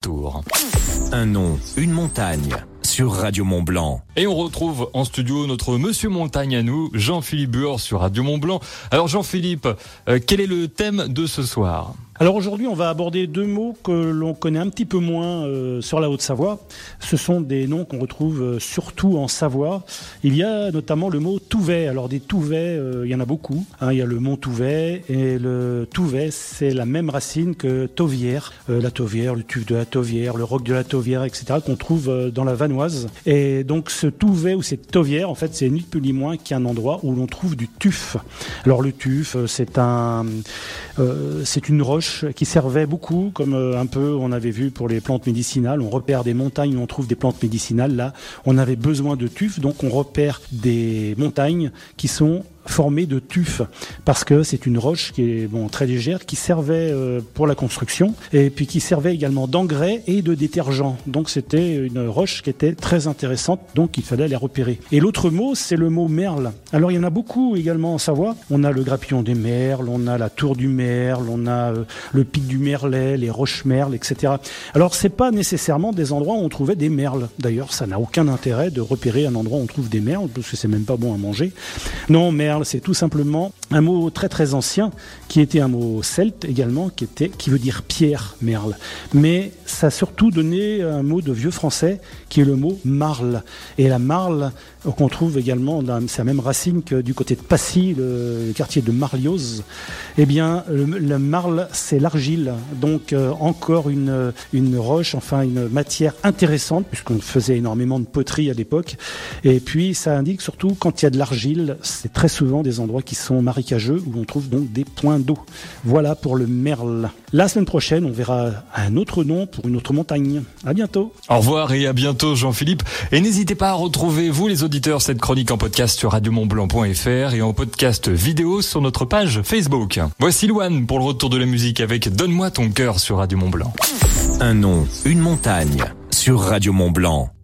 tour. Un nom, une montagne, sur Radio Mont-Blanc. Et on retrouve en studio notre monsieur montagne à nous, Jean-Philippe Buor sur Radio Mont-Blanc. Alors Jean-Philippe, quel est le thème de ce soir ? Alors aujourd'hui, on va aborder deux mots que l'on connaît un petit peu moins sur la Haute-Savoie. Ce sont des noms qu'on retrouve surtout en Savoie. Il y a notamment le mot Touvet. Alors des Touvets, il y en a beaucoup. Il y a le mont Touvet et le Touvet, c'est la même racine que Tauvière. La Tauvière, le tuf de la Tauvière, le roc de la Tauvière, etc. qu'on trouve dans la Vanoise. Et donc ce Touvet ou cette Tauvière, en fait, c'est ni plus ni moins qu'un endroit où l'on trouve du tuf. Alors le tuf, c'est une roche qui servait beaucoup, comme un peu on avait vu pour les plantes médicinales. On repère des montagnes où on trouve des plantes médicinales. Là, on avait besoin de tuf, donc on repère des montagnes qui sont formée de tuf, parce que c'est une roche qui est très légère, qui servait pour la construction, et puis qui servait également d'engrais et de détergent. Donc c'était une roche qui était très intéressante, donc il fallait la repérer. Et l'autre mot, c'est le mot merle. Alors il y en a beaucoup également en Savoie. On a le Grapillon des Merles, on a la Tour du Merle, on a le Pic du Merlet, les Roches Merles, etc. Alors c'est pas nécessairement des endroits où on trouvait des merles. D'ailleurs, ça n'a aucun intérêt de repérer un endroit où on trouve des merles, parce que c'est même pas bon à manger. Non, merle, c'est tout simplement un mot très très ancien qui était un mot celte également, qui veut dire pierre, merle. Mais ça a surtout donné un mot de vieux français qui est le mot marle. Et la marle qu'on trouve également, c'est la même racine que du côté de Passy, le quartier de Marlioz. Eh bien, le marle, c'est l'argile. Donc encore une roche, enfin une matière intéressante, puisqu'on faisait énormément de poterie à l'époque. Et puis ça indique surtout quand il y a de l'argile, c'est très souvent des endroits qui sont marécageux où on trouve donc des points d'eau. Voilà pour le merle. La semaine prochaine, on verra un autre nom pour une autre montagne. À bientôt. Au revoir et à bientôt Jean-Philippe. Et n'hésitez pas à retrouver, vous les auditeurs, cette chronique en podcast sur radiomontblanc.fr et en podcast vidéo sur notre page Facebook. Voici Louane pour le retour de la musique avec Donne-moi ton cœur sur Radio Mont-Blanc. Un nom, une montagne, sur Radio Mont-Blanc.